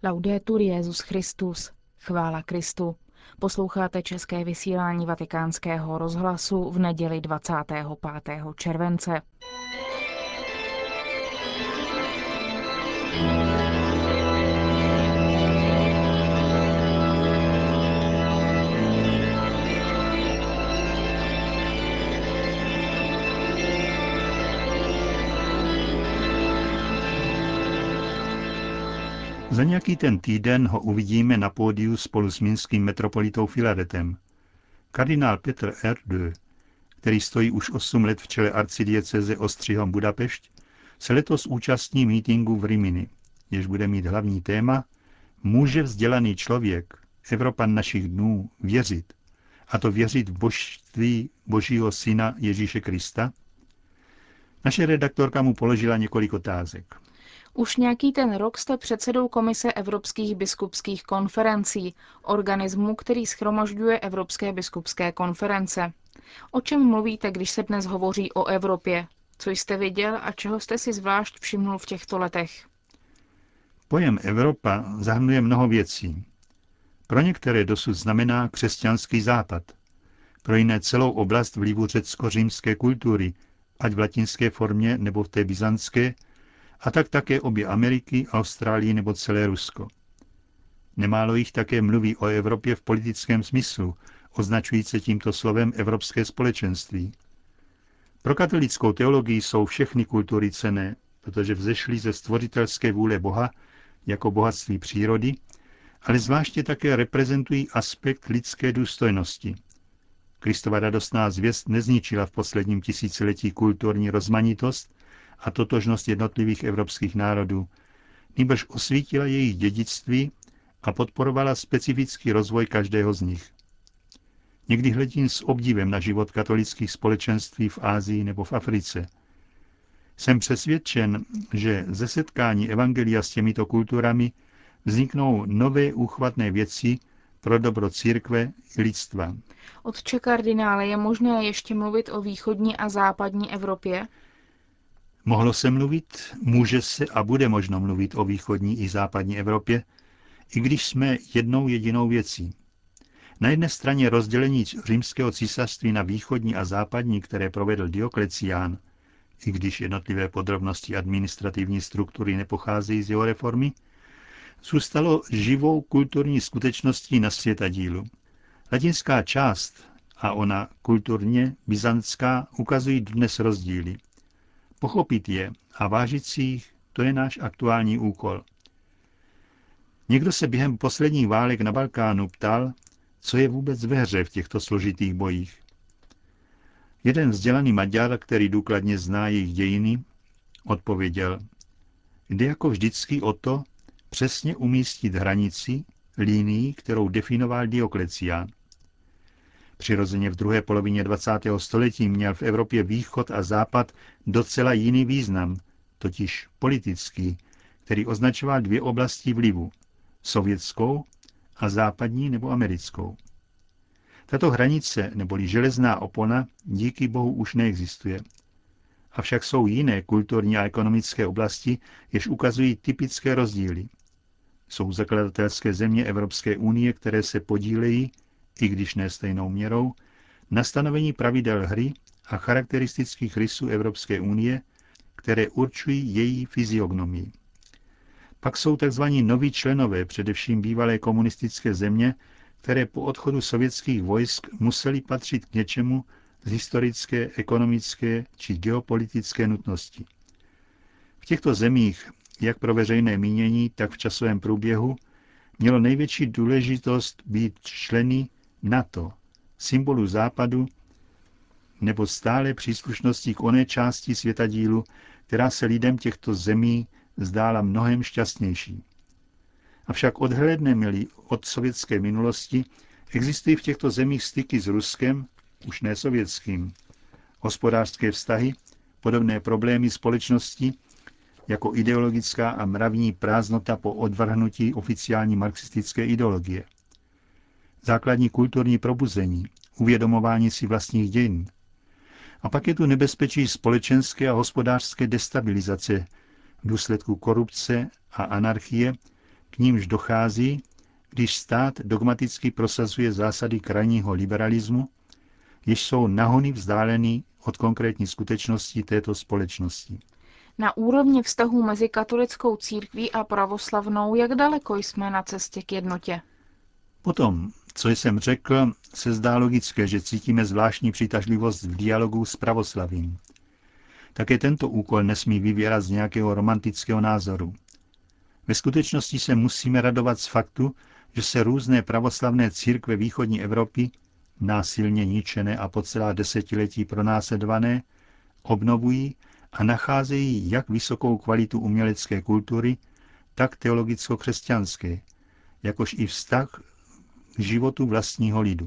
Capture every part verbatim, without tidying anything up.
Laudetur Jesus Christus. Chvála Kristu. Posloucháte české vysílání Vatikánského rozhlasu v neděli dvacátého pátého července. Za nějaký ten týden ho uvidíme na pódiu spolu s minským metropolitou Filaretem. Kardinál Petr Erdő, který stojí už osm let v čele arcidiecéze Ostřihom Budapešť, se letos účastní mítinku v Rimini, jež bude mít hlavní téma Může vzdělaný člověk, Evropan našich dnů, věřit, a to věřit v božství Božího Syna Ježíše Krista? Naše redaktorka mu položila několik otázek. Už nějaký ten rok jste předsedou Komise Evropských biskupských konferencí, organismu, který shromažďuje Evropské biskupské konference. O čem mluvíte, když se dnes hovoří o Evropě? Co jste viděl a čeho jste si zvlášť všimnul v těchto letech? Pojem Evropa zahrnuje mnoho věcí. Pro některé dosud znamená křesťanský západ, pro jiné celou oblast vlivu řecko-římské kultury, ať v latinské formě nebo v té byzantské, a tak také obě Ameriky, Austrálii nebo celé Rusko. Nemálo jich také mluví o Evropě v politickém smyslu, označující se tímto slovem Evropské společenství. Pro katolickou teologii jsou všechny kultury cenné, protože vzešly ze stvořitelské vůle Boha jako bohatství přírody, ale zvláště také reprezentují aspekt lidské důstojnosti. Kristova radostná zvěst nezničila v posledním tisíciletí kulturní rozmanitost a totožnost jednotlivých evropských národů, nýbrž osvítila jejich dědictví a podporovala specifický rozvoj každého z nich. Někdy hledím s obdivem na život katolických společenství v Asii nebo v Africe. Jsem přesvědčen, že ze setkání evangelia s těmito kulturami vzniknou nové úchvatné věci pro dobro církve i lidstva. Otče kardinále, je možné ještě mluvit o východní a západní Evropě? Mohlo se mluvit, může se a bude možno mluvit o východní i západní Evropě, i když jsme jednou jedinou věcí. Na jedné straně rozdělení římského císařství na východní a západní, které provedl Dioklecián, i když jednotlivé podrobnosti administrativní struktury nepocházejí z jeho reformy, zůstalo živou kulturní skutečností na světadílu. Latinská část a ona kulturně byzantská ukazují dnes rozdíly. Pochopit je a vážit si jich, to je náš aktuální úkol. Někdo se během posledních válek na Balkánu ptal, co je vůbec ve hře v těchto složitých bojích. Jeden vzdělaný Maďar, který důkladně zná jejich dějiny, odpověděl, jde jako vždycky o to, přesně umístit hranici, linii, kterou definoval Dioklecián. Přirozeně v druhé polovině dvacátého století měl v Evropě východ a západ docela jiný význam, totiž politický, který označoval dvě oblasti vlivu, sovětskou a západní nebo americkou. Tato hranice, neboli železná opona, díky Bohu už neexistuje. Avšak jsou jiné kulturní a ekonomické oblasti, jež ukazují typické rozdíly. Jsou zakladatelské země Evropské unie, které se podílejí, i když ne stejnou měrou, na stanovení pravidel hry a charakteristických rysů Evropské unie, které určují její fyziognomii. Pak jsou tzv. Noví členové, především bývalé komunistické země, které po odchodu sovětských vojsk museli patřit k něčemu z historické, ekonomické či geopolitické nutnosti. V těchto zemích, jak pro veřejné mínění, tak v časovém průběhu, mělo největší důležitost být členy NATO, symbolu západu nebo stále příslušnosti k oné části světadílu, která se lidem těchto zemí zdála mnohem šťastnější. Avšak odhlédneme-li od sovětské minulosti, existují v těchto zemích styky s Ruskem, už ne sovětským, hospodářské vztahy, podobné problémy společnosti, jako ideologická a mravní prázdnota po odvrhnutí oficiální marxistické ideologie. Základní kulturní probuzení, uvědomování si vlastních dějin. A pak je tu nebezpečí společenské a hospodářské destabilizace v důsledku korupce a anarchie, k nímž dochází, když stát dogmaticky prosazuje zásady krajního liberalismu, jež jsou nahony vzdálený od konkrétní skutečnosti této společnosti. Na úrovni vztahů mezi katolickou církví a pravoslavnou, jak daleko jsme na cestě k jednotě? Potom, co jsem řekl, se zdá logické, že cítíme zvláštní přitažlivost v dialogu s pravoslavím. Také tento úkol nesmí vyvěrat z nějakého romantického názoru. Ve skutečnosti se musíme radovat z faktu, že se různé pravoslavné církve východní Evropy, násilně ničené a po celá desetiletí pronásledované, obnovují a nacházejí jak vysokou kvalitu umělecké kultury, tak teologicko-křesťanské, jakož i vztah k životu vlastního lidu.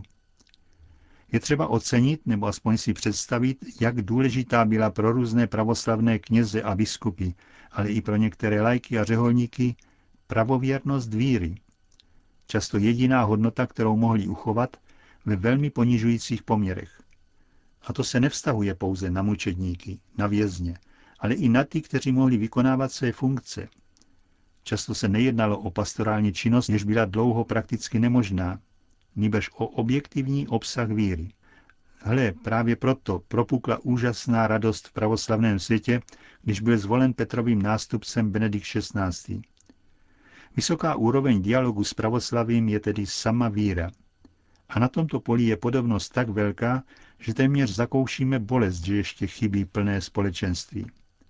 Je třeba ocenit, nebo aspoň si představit, jak důležitá byla pro různé pravoslavné kněze a biskupy, ale i pro některé lajky a řeholníky, pravověrnost víry. Často jediná hodnota, kterou mohli uchovat ve velmi ponižujících poměrech. A to se nevztahuje pouze na mučedníky, na vězně, ale i na ty, kteří mohli vykonávat své funkce. Často se nejednalo o pastorální činnost, jež byla dlouho prakticky nemožná, nýbrž o objektivní obsah víry. Hle, právě proto propukla úžasná radost v pravoslavném světě, když byl zvolen Petrovým nástupcem Benedikt šestnáctý. Vysoká úroveň dialogu s pravoslavím je tedy sama víra. A na tomto poli je podobnost tak velká, že téměř zakoušíme bolest, že ještě chybí plné společenství.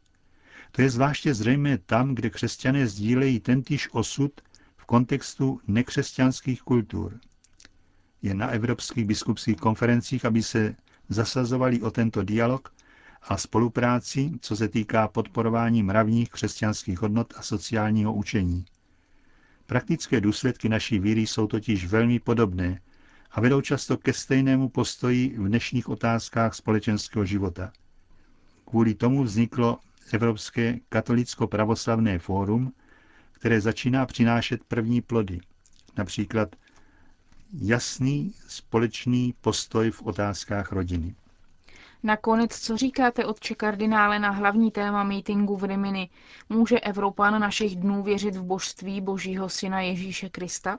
To je zvláště zřejmé tam, kde křesťané sdílejí tentýž osud v kontextu nekřesťanských kultur. Je na evropských biskupských konferencích, aby se zasazovali o tento dialog a spolupráci, co se týká podporování mravních křesťanských hodnot a sociálního učení. Praktické důsledky naší víry jsou totiž velmi podobné a vedou často ke stejnému postoji v dnešních otázkách společenského života. Kvůli tomu vzniklo Evropské katolicko-pravoslavné fórum, které začíná přinášet první plody, například jasný společný postoj v otázkách rodiny. Nakonec, co říkáte, otče kardinále, na hlavní téma mítinku v Rimini? Může Evropan našich dnů věřit v božství Božího syna Ježíše Krista?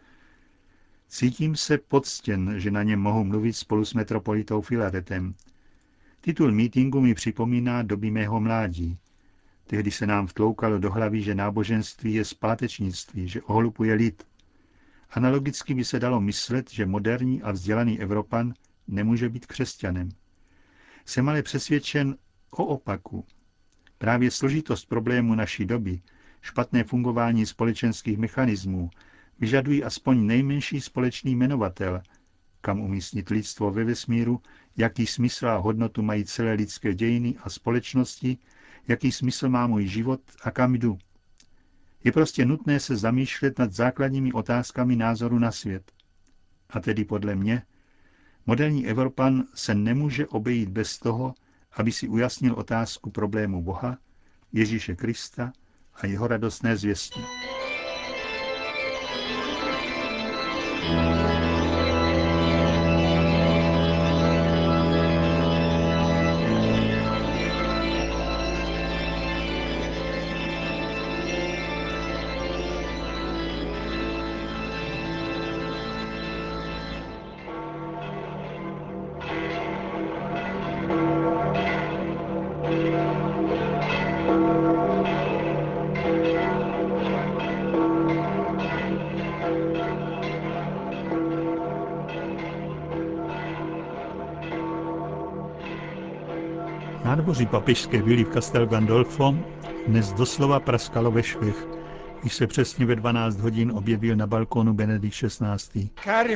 Cítím se poctěn, že na něm mohu mluvit spolu s metropolitou Filaretem. Titul mítinku mi připomíná doby mého mládí. Tehdy se nám vtloukalo do hlavy, že náboženství je zpátečnictví, že ohlupuje lid. Analogicky by se dalo myslet, že moderní a vzdělaný Evropan nemůže být křesťanem. Jsem ale přesvědčen o opaku. Právě složitost problému naší doby, špatné fungování společenských mechanismů, vyžadují aspoň nejmenší společný jmenovatel, kam umístit lidstvo ve vesmíru, jaký smysl a hodnotu mají celé lidské dějiny a společnosti, jaký smysl má můj život a kam jdu. Je prostě nutné se zamýšlet nad základními otázkami názoru na svět. A tedy podle mě, moderní Evropan se nemůže obejít bez toho, aby si ujasnil otázku problému Boha, Ježíše Krista a jeho radostné zvěsti. Nádvoří papežské vily v Castel Gandolfo dnes doslova praskalo ve švech, když se přesně ve dvanáct hodin objevil na balkónu Benedikt šestnáctý.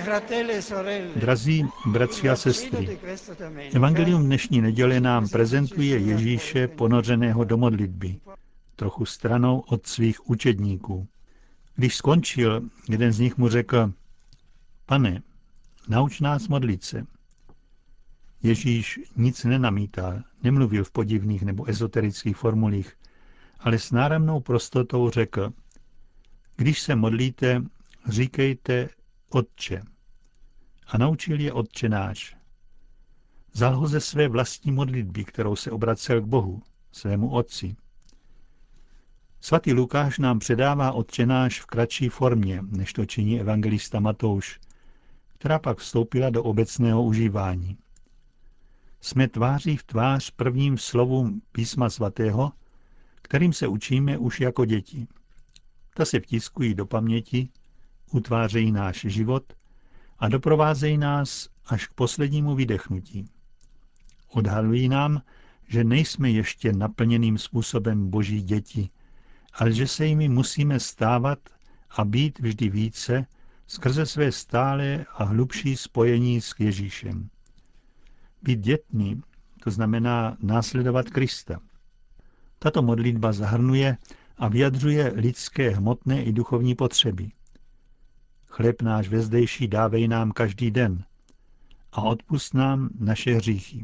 Drazí bratři a sestry, evangelium dnešní neděle nám prezentuje Ježíše ponořeného do modlitby, trochu stranou od svých učedníků. Když skončil, jeden z nich mu řekl: Pane, nauč nás modlit se. Ježíš nic nenamítal, nemluvil v podivných nebo ezoterických formulích, ale s náramnou prostotou řekl: Když se modlíte, říkejte Otče. A naučil je Otče náš. Vzal ho ze své vlastní modlitby, kterou se obracel k Bohu, svému Otci. Svatý Lukáš nám předává Otčenáš v kratší formě, než to činí evangelista Matouš, která pak vstoupila do obecného užívání. Jsme tváří v tvář prvním slovům písma svatého, kterým se učíme už jako děti. Ta se vtiskují do paměti, utvářejí náš život a doprovázejí nás až k poslednímu vydechnutí. Odhalují nám, že nejsme ještě naplněným způsobem Boží děti, ale že se jimi musíme stávat a být vždy více skrze své stálé a hlubší spojení s Ježíšem. Být dětmi, to znamená následovat Krista. Tato modlitba zahrnuje a vyjadřuje lidské hmotné i duchovní potřeby. Chléb náš vezdejší dávej nám každý den a odpusť nám naše hříchy.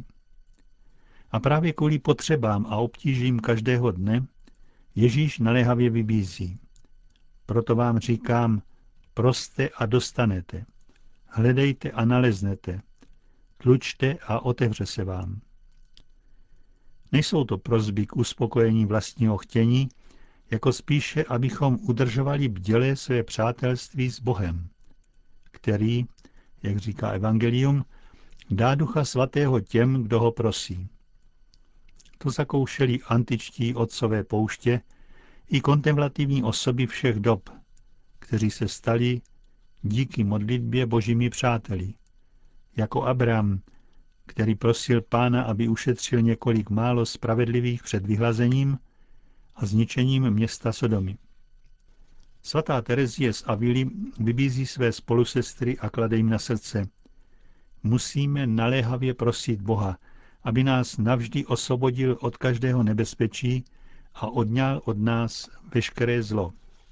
A právě kvůli potřebám a obtížím každého dne Ježíš naléhavě vybízí. Proto vám říkám, proste a dostanete, hledejte a naleznete, tlučte a otevře se vám. Nejsou to prosby k uspokojení vlastního chtění, jako spíše, abychom udržovali bdělé své přátelství s Bohem, který, jak říká evangelium, dá Ducha Svatého těm, kdo ho prosí. To zakoušeli antičtí otcové pouště i kontemplativní osoby všech dob, kteří se stali díky modlitbě Božími přáteli, jako Abraham, který prosil Pána, aby ušetřil několik málo spravedlivých před vyhlazením a zničením města Sodomy. Svatá Terezie z Avily vybízí své spolusestry a klade jim na srdce: musíme naléhavě prosit Boha, aby nás navždy osvobodil od každého nebezpečí a odňal od nás veškeré zlo.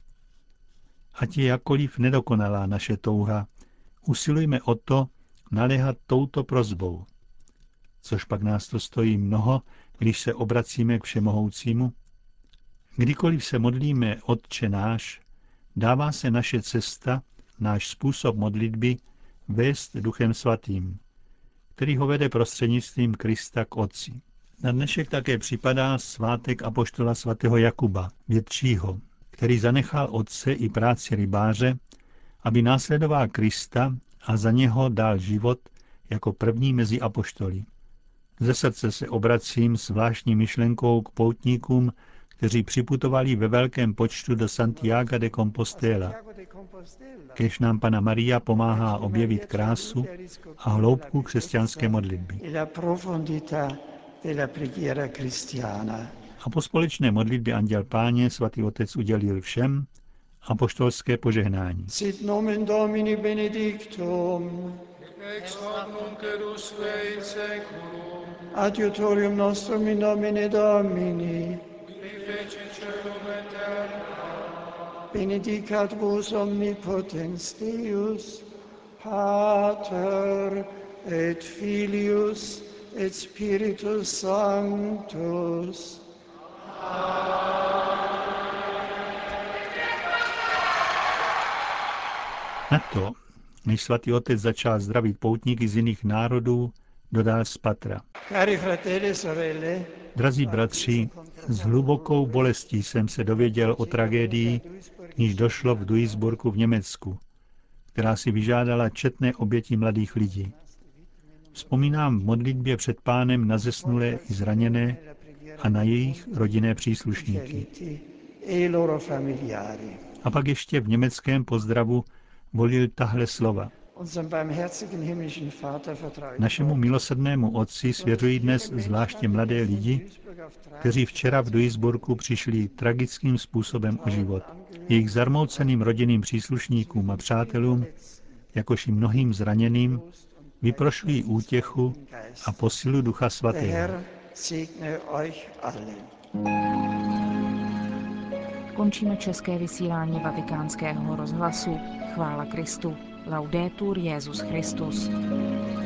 Ať je jakkoliv nedokonalá naše touha, usilujme o to naléhat touto prosbou. Což pak nás to stojí mnoho, když se obracíme k Všemohoucímu? Kdykoliv se modlíme Otče náš, dává se naše cesta, náš způsob modlitby vést Duchem Svatým, který ho vede prostřednictvím Krista k Otci. Na dnešek také připadá svátek apoštola svatého Jakuba, vědčího, který zanechal otce i práci rybáře, aby následoval Krista a za něho dal život jako první mezi apoštoly. Ze srdce se obracím s zvláštní myšlenkou k poutníkům, kteří připutovali ve velkém počtu do Santiaga de Compostela. Kéž nám Panna Maria pomáhá objevit krásu a hloubku křesťanské modlitby. A po společné modlitbě Anděl Páně svatý otec udělil všem apoštolské požehnání. Sit nomen Domini benedictum, ex hoc nunc et usque in seculum, adiutorium nostrum in nomine Domini, qui fecit caelum et terra, benedicat vos omnipotens Deus, Pater et Filius et Spiritus Sanctus. Na to, než svatý otec začal zdravit poutníky z jiných národů, dodal z patra. Drazí bratři, s hlubokou bolestí jsem se dověděl o tragédii, níž došlo v Duisburgu v Německu, která si vyžádala četné oběti mladých lidí. Vzpomínám v modlitbě před Pánem na zesnulé i zraněné a na jejich rodinné příslušníky. A pak ještě v německém pozdravu volil tahle slova. Našemu milosrdnému Otci svěřují dnes zvláště mladé lidi, kteří včera v Duisburgu přišli tragickým způsobem o život. Jejich zarmouceným rodinným příslušníkům a přátelům, jakož i mnohým zraněným, vyprošují útěchu a posilu Ducha Svatého. Končíme české vysílání Vatikánského rozhlasu. Chvála Kristu. Laudetur Jesus Christus.